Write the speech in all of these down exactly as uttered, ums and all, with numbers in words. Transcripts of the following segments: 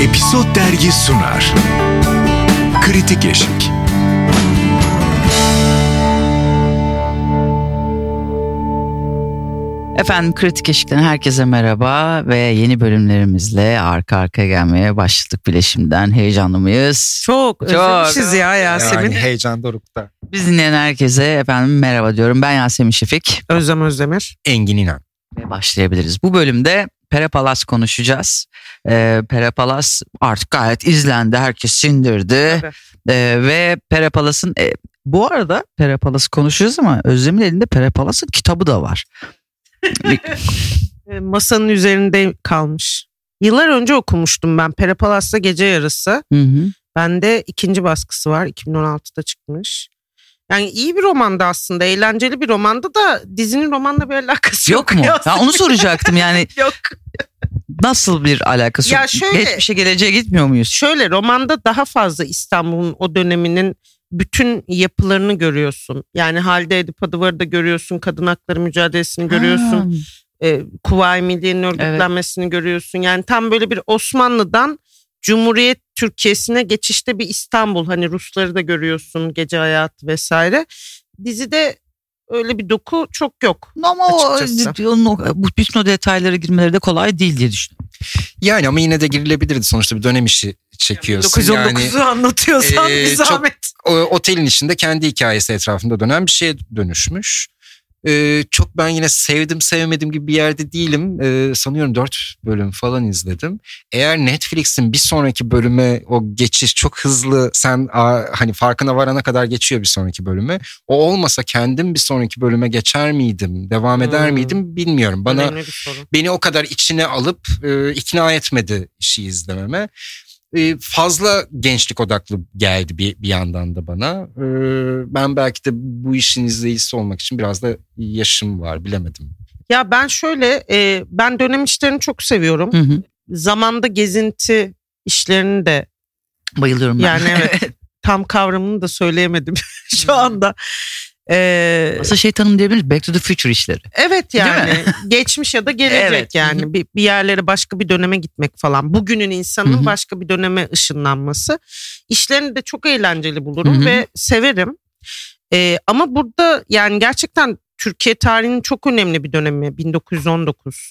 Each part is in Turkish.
Episod Dergi sunar. Kritik Eşik. Efendim, Kritik Eşik'ten herkese merhaba ve yeni bölümlerimizle arka arkaya gelmeye başladık bile şimdiden. Heyecanlı mıyız? Çok, çok özlemişiz ya Yasemin. Yani heyecan dorukta. Biz dinleyen herkese efendim merhaba diyorum. Ben Yasemin Şefik. Özlem Özdemir. Engin İnan. Ve başlayabiliriz. Bu bölümde Pere Palas konuşacağız. Ee, Pere Palas artık gayet izlendi. Herkes sindirdi. Ee, ve Pere Palas'ın... E, bu arada Pere Palas'ı konuşuyoruz ama Özlem'in elinde Pere Palas'ın kitabı da var. Masanın üzerinde kalmış. Yıllar önce okumuştum ben Pere Palas'ta Gece Yarısı. Hı hı. Bende ikinci baskısı var. iki bin on altıda çıkmış. Yani iyi bir romandı aslında. Eğlenceli bir romandı da dizinin romanla bir alakası yok. Yok mu? Ben onu soracaktım yani. Yok. Nasıl bir alakası Ya yok? şöyle, Geçmişe geleceğe gitmiyor muyuz? Şöyle, romanda daha fazla İstanbul'un o döneminin bütün yapılarını görüyorsun. Yani Halide Edip Adıvar'ı da görüyorsun. Kadın hakları mücadelesini görüyorsun. E, Kuvayi Milliye'nin örgütlenmesini evet. görüyorsun. Yani tam böyle bir Osmanlı'dan Cumhuriyet Türkiye'sine geçişte bir İstanbul. Hani Rusları da görüyorsun, gece hayatı vesaire. Dizide öyle bir doku çok yok. Ama o, bu bütün o detaylara girmeleri de kolay değil diye düşünüyorum. Yani ama yine de girilebilirdi. Sonuçta bir dönem işi çekiyorsun. dokuz yüz on dokuzu yani, anlatıyorsan e, bir zahmet. Çok, o, otelin içinde kendi hikayesi etrafında dönen bir şeye dönüşmüş. Ee, çok ben yine sevdim sevmedim gibi bir yerde değilim. Ee, sanıyorum dört bölüm falan izledim. Eğer Netflix'in bir sonraki bölüme o geçiş çok hızlı, sen a, hani farkına varana kadar geçiyor bir sonraki bölüme. O olmasa kendim bir sonraki bölüme geçer miydim, devam eder hmm. miydim bilmiyorum. Bana beni o kadar içine alıp e, ikna etmedi işi izlememe. Fazla gençlik odaklı geldi bir, bir yandan da bana. Ben belki de bu işin izleyicisi olmak için biraz da yaşım var, bilemedim. Ya ben şöyle, ben dönem işlerini çok seviyorum. Hı hı. Zamanda gezinti işlerini de bayılıyorum ben. Yani evet, tam kavramını da söyleyemedim şu anda. Ee, Aslında şey tanım diyebiliriz, Back to the Future işleri. Evet yani geçmiş ya da gelecek evet. yani bir, bir yerlere, başka bir döneme gitmek falan. Bugünün insanın başka bir döneme ışınlanması. İşlerini de çok eğlenceli bulurum Hı-hı. ve severim. Ee, ama burada yani gerçekten Türkiye tarihinin çok önemli bir dönemi bin dokuz yüz on dokuz.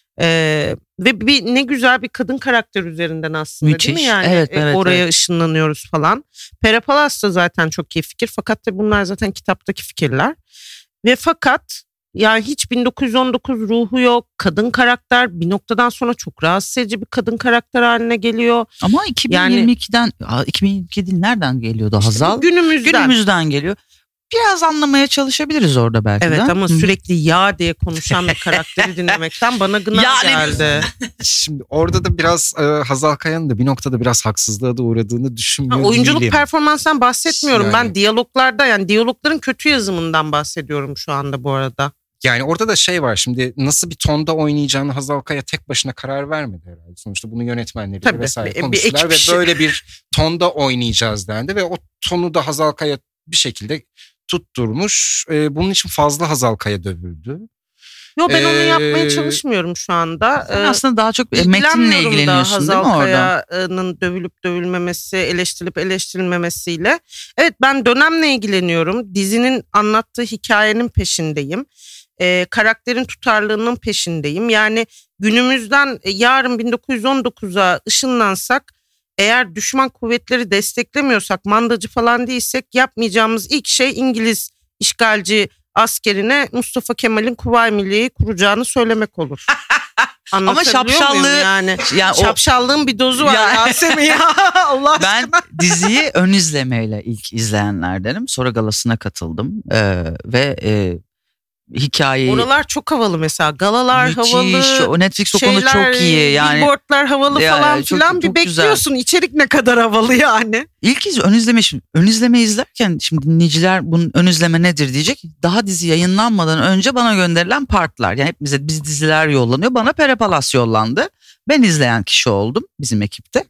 Ee, ve bir ne güzel bir kadın karakter üzerinden aslında Müthiş. Değil mi yani evet, evet, oraya evet. ışınlanıyoruz falan. Pere Palas da zaten çok iyi fikir, fakat da bunlar zaten kitaptaki fikirler ve fakat yani hiç bin dokuz yüz on dokuz ruhu yok. Kadın karakter bir noktadan sonra çok rahatsız edici bir kadın karakter haline geliyor. Ama iki bin yirmi ikiden yani, iki bin yirmi iki nereden geliyordu Hazal? İşte günümüzden. Günümüzden geliyor. Biraz anlamaya çalışabiliriz orada belki evet, de. Evet ama Hı. sürekli ya diye konuşan bir karakteri dinlemekten bana gına yani... geldi. Şimdi orada da biraz e, Hazal Kaya'nın da bir noktada biraz haksızlığa da uğradığını düşünmüyorum. Oyunculuk değilim. Performanstan bahsetmiyorum. Yani... Ben diyaloglarda, yani diyalogların kötü yazımından bahsediyorum şu anda bu arada. Yani orada da şey var, şimdi nasıl bir tonda oynayacağını Hazal Kaya tek başına karar vermedi herhalde. Sonuçta bunu yönetmenleri Tabii, vesaire bir, konuştular bir ve böyle bir tonda oynayacağız dendi ve o tonu da Hazal Kaya bir şekilde tutturmuş. Ee, bunun için fazla Hazal Kaya dövüldü. Yo ben ee, onu yapmaya çalışmıyorum şu anda. Sen ee, aslında daha çok metinle ilgileniyorsun değil mi orada? Hazal Kaya'nın dövülüp dövülmemesi, eleştirilip eleştirilmemesiyle. Evet, ben dönemle ilgileniyorum. Dizinin anlattığı hikayenin peşindeyim. Ee, karakterin tutarlılığının peşindeyim. Yani günümüzden yarın bin dokuz yüz on dokuza ışınlansak, eğer düşman kuvvetleri desteklemiyorsak, mandacı falan değilsek, yapmayacağımız ilk şey İngiliz işgalci askerine Mustafa Kemal'in Kuvayi Milliye'yi kuracağını söylemek olur. Ama şapşallığı yani, yani şapşallığın bir dozu var ya, Yasemin ya Allah aşkına. Ben diziyi ön izlemeyle ilk izleyenlerdenim. Sonra galasına katıldım ee, ve e, hikayeyi... Oralar çok havalı mesela. Galalar Müthiş. havalı. O Netflix o konuda çok iyi. Yani, billboardlar havalı ya, falan çok, filan. Çok, bir bekliyorsun. Güzel. İçerik ne kadar havalı yani. İlk iz, ön izleme şimdi. Ön izleme izlerken şimdi dinleyiciler bunun ön izleme nedir diyecek. Daha dizi yayınlanmadan önce bana gönderilen partlar. Yani hepimize biz diziler yollanıyor. Bana Pere Palas yollandı. Ben izleyen kişi oldum bizim ekipte.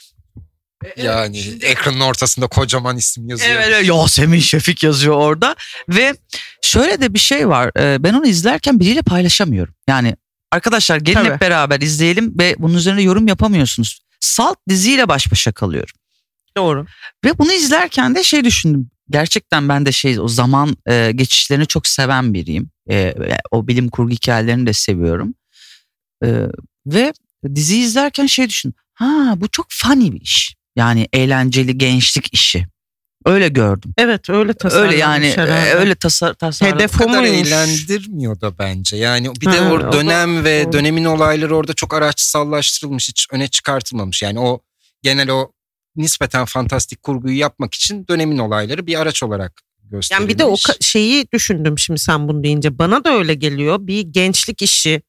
Yani evet. Ekranın ortasında kocaman isim yazıyor. Evet, evet. Yasemin Şefik yazıyor orada. Ve şöyle de bir şey var. Ben onu izlerken biriyle paylaşamıyorum. Yani arkadaşlar gelin Tabii. hep beraber izleyelim ve bunun üzerine yorum yapamıyorsunuz. Salt diziyle baş başa kalıyorum. Doğru. Ve bunu izlerken de şey düşündüm. Gerçekten ben de şey o zaman e, geçişlerini çok seven biriyim. E, o bilim kurgu hikayelerini de seviyorum. E, ve dizi izlerken şey düşündüm. Ha bu çok funny bir iş. Yani eğlenceli gençlik işi. Öyle gördüm. Evet öyle tasarlanmış. Öyle yani herhalde. öyle tasar tasarlanmış. Hedef O kadar muymuş? eğlendirmiyor da bence. Yani bir de Ha, o o da- dönem ve o- dönemin olayları orada çok araçsallaştırılmış, hiç öne çıkartılmamış. Yani o genel o nispeten fantastik kurguyu yapmak için dönemin olayları bir araç olarak gösterilmiş. Yani bir de o ka- şeyi düşündüm şimdi sen bunu deyince. Bana da öyle geliyor. Bir gençlik işi,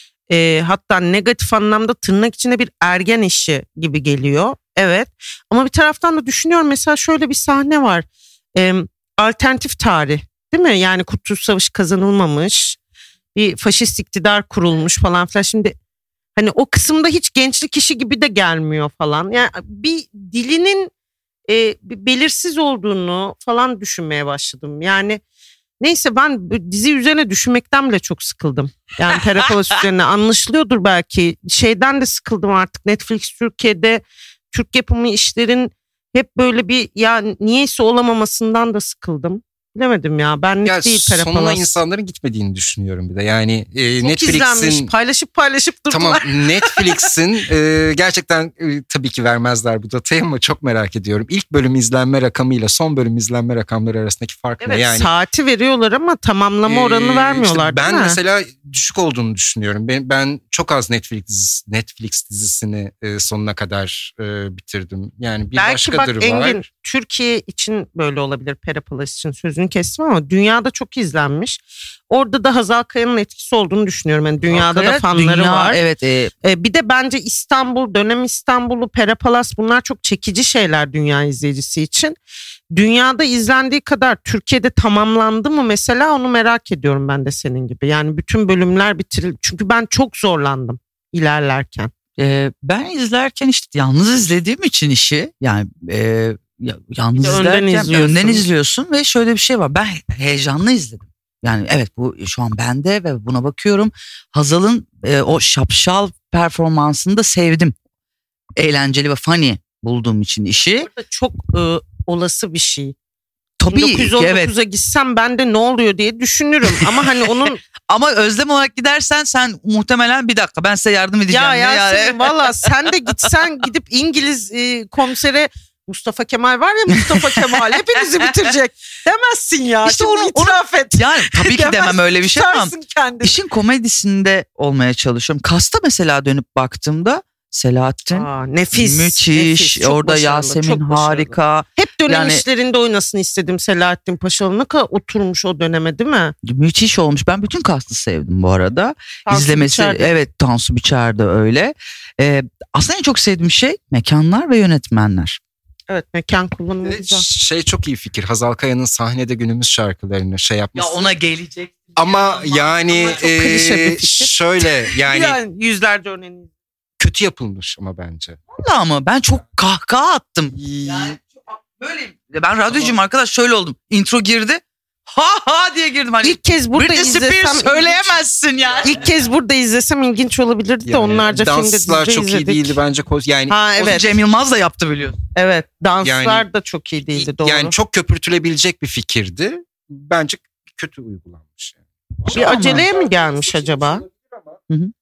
e, hatta negatif anlamda tırnak içinde bir ergen işi gibi geliyor. Evet. Ama bir taraftan da düşünüyorum, mesela şöyle bir sahne var. E, alternatif tarih, değil mi? Yani Kurtuluş Savaşı kazanılmamış, bir faşist iktidar kurulmuş falan filan. Şimdi hani o kısımda hiç gençlik işi gibi de gelmiyor falan. Yani bir dilinin e, bir belirsiz olduğunu falan düşünmeye başladım. Yani neyse, ben bu dizi üzerine düşünmekten bile çok sıkıldım. Yani Perapalas üzerine anlaşılıyordur belki. Şeyden de sıkıldım artık. Netflix Türkiye'de Türk yapımı işlerin hep böyle bir ya niyeyse olamamasından da sıkıldım. Bilemedim ya. Benlik Ya değil sonuna Perapalas. insanların gitmediğini düşünüyorum bir de. Yani e, Çok izlenmiş. Netflix'in Paylaşıp paylaşıp durdular. tamam Netflix'in e, gerçekten e, tabii ki vermezler bu datayı ama çok merak ediyorum. İlk bölüm izlenme rakamıyla son bölüm izlenme rakamları arasındaki fark Evet, ne? Yani saati veriyorlar ama tamamlama Ee, oranını vermiyorlar, işte ben değil mi? mesela düşük olduğunu düşünüyorum. Ben, ben çok az Netflix dizisi, Netflix dizisini e, sonuna kadar e, bitirdim. Yani bir Belki başkadır bak var. Engin, Türkiye için böyle olabilir, Perapalas için sözünü kestim ama dünyada çok izlenmiş. Orada da Hazal Kaya'nın etkisi olduğunu düşünüyorum. Yani dünyada da Hakikaten fanları dünya, var. Evet. E, Ee, bir de bence İstanbul, dönem İstanbul'u, Perapalas, bunlar çok çekici şeyler dünya izleyicisi için. Dünyada izlendiği kadar Türkiye'de tamamlandı mı mesela, onu merak ediyorum ben de senin gibi. Yani bütün bölümler bitirildi. Çünkü ben çok zorlandım ilerlerken. e, ben izlerken işte yalnız izlediğim için işi yani e, ya- yalnız Bir de önden izlerken izliyorsun. önden izliyorsun ve şöyle bir şey var. Ben heyecanlı izledim. Yani evet, bu şu an bende ve buna bakıyorum. Hazal'ın e, o şapşal performansını da sevdim. Eğlenceli ve funny bulduğum için işi. Burada çok e, olası bir şey. Tabii bin dokuz yüz on ki evet. dokuza gitsem ben de ne oluyor diye düşünürüm. Ama hani onun Ama özlem olarak gidersen sen muhtemelen bir dakika ben size yardım edeceğim. ya diye Yasemin yani. valla sen de gitsen gidip İngiliz e, komisere Mustafa Kemal var ya, Mustafa Kemal hepinizi bitirecek demezsin ya. İşte Şimdi onu- itiraf et. Yani tabii ki demem öyle bir şey ama Tutarsın kendini. işin komedisinde olmaya çalışıyorum. Kasta mesela dönüp baktığımda Selahattin Aa, nefis. müthiş. nefis, çok Orada başarılı, Yasemin çok başarılı. harika. Hep dönem Yani- işlerinde oynasın istedim Selahattin Paşalı. Ne kadar oturmuş o döneme, değil mi? Müthiş olmuş. Ben bütün kastı sevdim bu arada. Tansu İzlemesi Biçer de- evet, Tansu Biçer de öyle. Ee, aslında en çok sevdiğim şey mekanlar ve yönetmenler. Evet, mekan kullanımı E, güzel. Şey çok iyi fikir. Hazal Kaya'nın sahnede günümüz şarkılarını şey yapması. gelecek. Ama yani ama çok klişe bir e, fikir. şöyle yani, Yani yüzlerce örneğini. kötü yapılmış ama bence. Vallahi ama ben çok kahkaha attım. Yani, Böyle ben radyocuyum arkadaş, şöyle oldum. Intro girdi. Ha ha diye girdim. Hani İlk kez burada Britney izlesem Spears söyleyemezsin yani. İlk kez burada izlesem ilginç olabilirdi de yani onlarca filmde, danslar dizide çok izledik. iyi değildi bence. Ko- Yani Ha Evet. evet. Cem Yılmaz da yaptı biliyorsun. Evet, danslar Yani- da çok iyi değildi, doğru. yani çok köpürtülebilecek bir fikirdi. Bence kötü uygulanmış. Yani. Bir Ama- aceleye mi gelmiş acaba? Hı hı.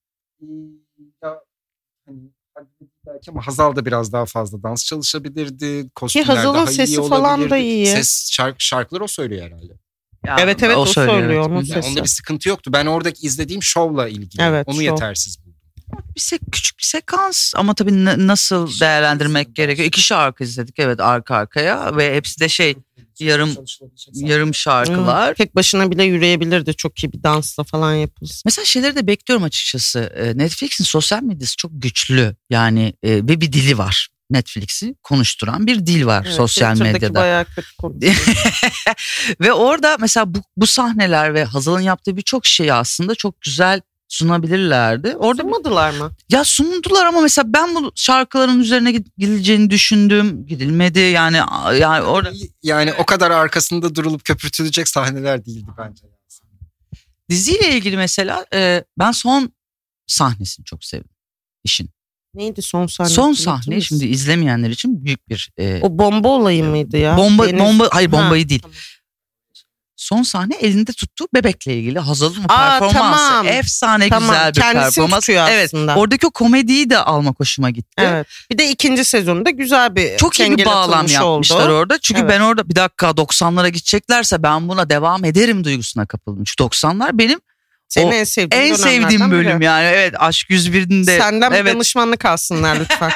Ya, hani, belki ama Hazal da biraz daha fazla dans çalışabilirdi. Ki Kostümler Hazal'ın daha sesi iyi falan da olabilirdi. iyi. Ses şarkı, şarkıları o söylüyor herhalde. Ya, Evet, evet, o söylüyor, evet. onun Yani sesi. Onda bir sıkıntı yoktu. Ben oradaki izlediğim şovla ilgili. Evet, Onu şov. yetersiz buldum. Bir se- küçük bir sekans ama tabii na- nasıl değerlendirmek gerekiyor. İki şarkı izledik evet, arka arkaya ve hepsi de şey yarım yarım şarkılar. Hı, tek başına bile yürüyebilirdi, çok iyi bir dansla falan yapılsın. Mesela şeyleri de bekliyorum açıkçası. Ee, Netflix'in sosyal medyası çok güçlü yani e, ve bir dili var. Netflix'i konuşturan bir dil var Evet, sosyal Twitter'daki medyada. bayağı kötü konuşuyor. Ve orada mesela bu, bu sahneler ve Hazal'ın yaptığı birçok şeyi aslında çok güzel sunabilirlerdi. Orada Sunmadılar mı? ya sundular ama mesela ben bu şarkıların üzerine gidileceğini düşündüm. Gidilmedi yani yani orada Yani o kadar arkasında durulup köpürtülecek sahneler değildi bence. diziyle ilgili mesela e, ben son sahnesini çok sevdim işin. Neydi son sahne? Son sahne şimdi izlemeyenler için büyük bir... E, o bomba olayı mıydı ya? Bomba, Deniz... bomba hayır bombayı ha, değil. Tamam. Son sahne elinde tuttuğu bebekle ilgili Hazal'ın Aa, performansı. Tamam. Efsane tamam. güzel bir Kendisini performans. Evet. Oradaki o komediyi de almak hoşuma gitti. Evet. Bir de ikinci sezonda güzel bir çok iyi bir bağlam yapmışlar oldu. orada. Çünkü evet. ben orada bir dakika doksanlara gideceklerse ben buna devam ederim duygusuna kapıldım. Çünkü doksanlar benim Senin en sevdiğin en sevdiğim bölüm biri. yani. Evet, Aşk yüz bir'inde. Senden evet. bir danışmanlık alsınlar lütfen.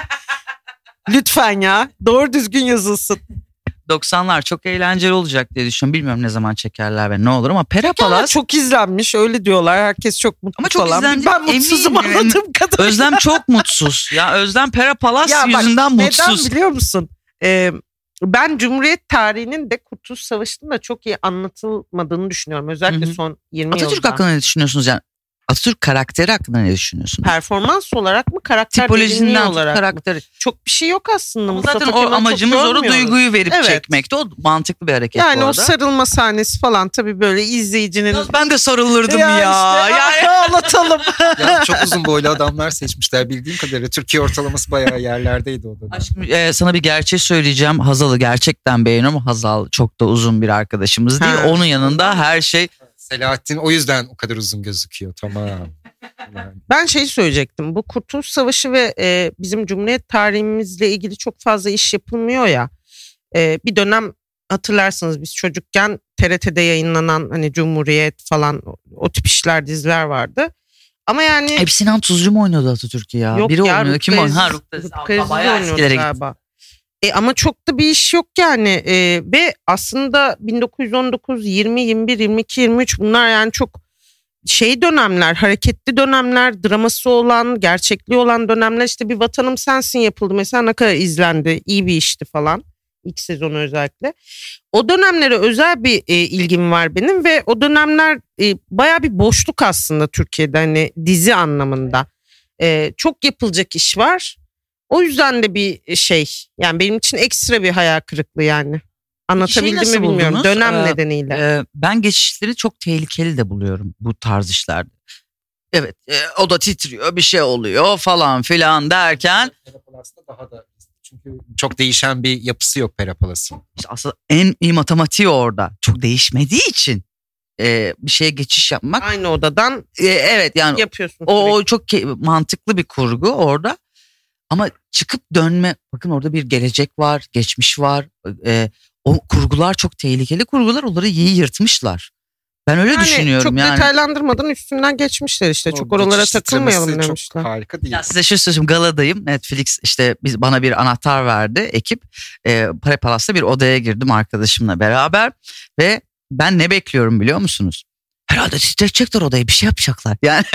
Lütfen ya. Doğru düzgün yazılsın. doksanlar çok eğlenceli olacak diye düşünüyorum. Bilmiyorum ne zaman çekerler ve ne olur ama Pera Palas çok izlenmiş öyle diyorlar. Herkes çok mutlu ama çok falan. izlendi. Ben mutsuzum anladığım kadarıyla. Özlem çok mutsuz. Ya Özlem Pera Palas ya yüzünden bak, mutsuz. Neden biliyor musun? Ee, ben Cumhuriyet tarihinin de Kurtuluş Savaşı'nın da çok iyi anlatılmadığını düşünüyorum. Özellikle Hı-hı. son yirmi Atatürk yılda. hakkında ne düşünüyorsunuz yani? Atatürk karakteri hakkında ne düşünüyorsunuz? Performans olarak mı, karakter tipolojisinden olarak karakteri. mı? Çok bir şey yok aslında. Ama Mustafa zaten o Kemal'i amacımız çok orada görmüyoruz. duyguyu verip Evet. çekmekti. O mantıklı bir hareket yani bu arada. o sarılma sahnesi falan tabii böyle izleyicinin... Biraz ben de sarılırdım ya. ya. ya. Işte, yani ağlatalım. Ya çok uzun boylu adamlar seçmişler bildiğim kadarıyla. Türkiye ortalaması bayağı yerlerdeydi o dönem. Aşkım, e, sana bir gerçeği söyleyeceğim. Hazal'ı gerçekten beğeniyorum. Hazal çok da uzun bir arkadaşımız değil. Ha. Onun yanında her şey... Selahattin o yüzden o kadar uzun gözüküyor. Tamam. Yani. Ben şey söyleyecektim. Bu Kurtuluş Savaşı ve e, bizim Cumhuriyet tarihimizle ilgili çok fazla iş yapılmıyor ya. E, bir dönem hatırlarsınız biz çocukken T R T'de yayınlanan hani Cumhuriyet falan o, o tip işler, diziler vardı. Ama yani... Hep Sinan Tuzcu mu oynuyordu Atatürk'ü ya? Yok Biri ya, oynuyordu. Kim oynuyordu? Ha Rukta Aziz oynuyordu galiba. E, ama çok da bir iş yok yani. E, ve aslında bin dokuz yüz on dokuz, yirmi, yirmi bir, yirmi iki, yirmi üç bunlar yani çok... şey dönemler, hareketli dönemler, draması olan, gerçekliği olan dönemler. İşte bir Vatanım Sensin yapıldı mesela, ne kadar izlendi, iyi bir işti falan. İlk sezonu özellikle. O dönemlere özel bir e, ilgim var benim ve o dönemler e, bayağı bir boşluk aslında Türkiye'de hani dizi anlamında. E, çok yapılacak iş var. O yüzden de bir şey, yani benim için ekstra bir hayal kırıklığı yani. Anlatabildim mi bilmiyorum. buldunuz? Dönem ee, nedeniyle. E, ben geçişleri çok tehlikeli de buluyorum bu tarz işlerde. Evet, e, o da titriyor, bir şey oluyor falan filan derken. Perapalas'ta daha da çünkü çok değişen bir yapısı yok Perapalas'ın. İşte aslında en iyi matematiği orada. Çok değişmediği için e, bir şeye geçiş yapmak. Aynı odadan e, evet yani yapıyorsun. o, o çok ke- mantıklı bir kurgu orada. Ama çıkıp dönme, bakın orada bir gelecek var, geçmiş var. E, o kurgular çok tehlikeli kurgular, onları iyi yırtmışlar. Ben öyle yani düşünüyorum çok yani. Çok detaylandırmadan üstünden geçmişler işte. O çok oralara geçiş takılmayalım titремesi demişler. Çok harika değil. Ya size şu söyleyeyim, galadayım. Netflix işte biz, bana bir anahtar verdi ekip. E, Pera Palas'ta bir odaya girdim arkadaşımla beraber. Ve ben ne bekliyorum biliyor musunuz? Herhalde titretecekler odayı, bir şey yapacaklar. Yani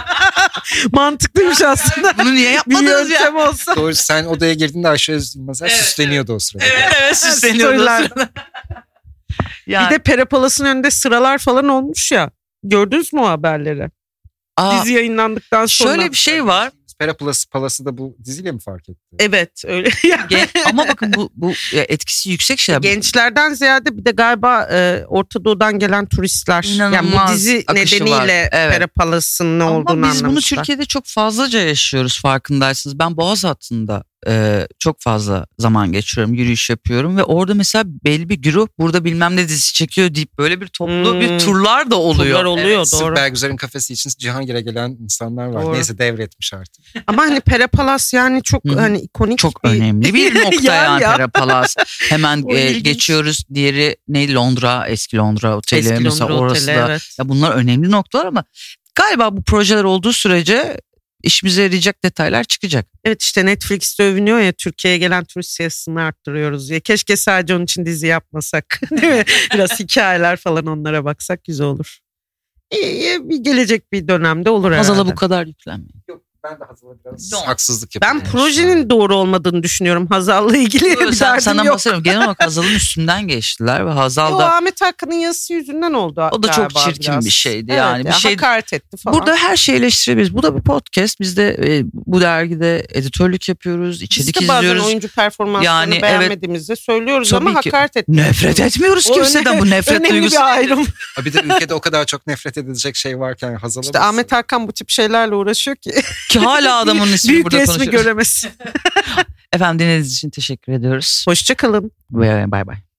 Mantıklıymış aslında. bunu niye Bir yapmadınız ya? yöntem olsa. Doğru, sen odaya girdiğinde Ayşe Yılmaz'a Evet, süsleniyordu o sırada. Evet evet süsleniyordu. Storyler. Yani, Bir de Pera Palas'ın önünde sıralar falan olmuş ya. Gördünüz mü o haberleri? aa, Dizi yayınlandıktan sonra. şöyle bir şey var. Pera Palas'ı da bu diziyle mi fark etti? Evet öyle. Gen- ama bakın bu bu etkisi yüksek şeyler. Gençlerden ziyade bir de galiba e, Orta Doğu'dan gelen turistler. Yani İnanılmaz bu dizi akışı nedeniyle var. Evet. Pera Palas'ın ne Ama olduğunu biz bunu anlamışlar. Türkiye'de çok fazlaca yaşıyoruz, farkındaysınız. Ben Boğaz hattında e, çok fazla zaman geçiriyorum, yürüyüş yapıyorum ve orada mesela belli bir güruh burada bilmem ne dizisi çekiyor deyip böyle bir toplu Hmm. bir turlar da oluyor. Turlar oluyor Evet, sırf doğru. Bergüzar'ın kafesi için Cihangir'e gelen insanlar var. Doğru. Neyse devretmiş artık. Ama hani Pera Palas yani çok Hı hı. hani ikonik Çok bir... önemli bir nokta Ya, yani ya. Pera Palas. Hemen O e, ilginç. geçiyoruz. Diğeri ne? Londra, eski Londra oteli. Eski mesela Londra orası Oteli, da. evet. Ya bunlar önemli noktalar ama galiba bu projeler olduğu sürece işimize yarayacak detaylar çıkacak. Evet işte Netflix'te övünüyor ya, Türkiye'ye gelen turist sayısını arttırıyoruz diye. Keşke sadece onun için dizi yapmasak. Değil mi? Biraz hikayeler falan onlara baksak güzel olur. İyi, iyi bir gelecek bir dönemde olur herhalde. Hazal'a bu kadar yüklenmeyin. Yok, ben de Hazal'a biraz Yok. haksızlık Ben yapıyorum. projenin doğru olmadığını düşünüyorum Hazal'la ilgili. Bir Sen, derdim sana yok. bahsediyorum. Genel olarak Hazal'ın üstünden geçtiler ve Hazal O da Ahmet Hakan'ın yazısı yüzünden oldu. o da çok galiba çirkin biraz. bir şeydi Evet, yani. Bir ya, şey hakaret etti falan. burada her şeyi eleştirebiliriz. Bu da bir podcast. Biz de e, bu dergide editörlük yapıyoruz, içerik Biz de bazen izliyoruz. oyuncu performanslarını Yani evet. beğenmediğimizde söylüyoruz Tabii ama ki. hakaret etmiyoruz. Nefret etmiyoruz O kimseden, öne- bu nefret önemli duygusu. bir ayrım. Ha, bir de ülkede o kadar çok nefret edilecek şey varken Hazal'a İşte basın. Ahmet Hakan bu tip şeylerle uğraşıyor ki. Ki hala adamın ismini Büyük burada resmi konuşuyoruz. göremezsin. Efendim dinlediğiniz için teşekkür ediyoruz. Hoşça kalın. Ve bay bay.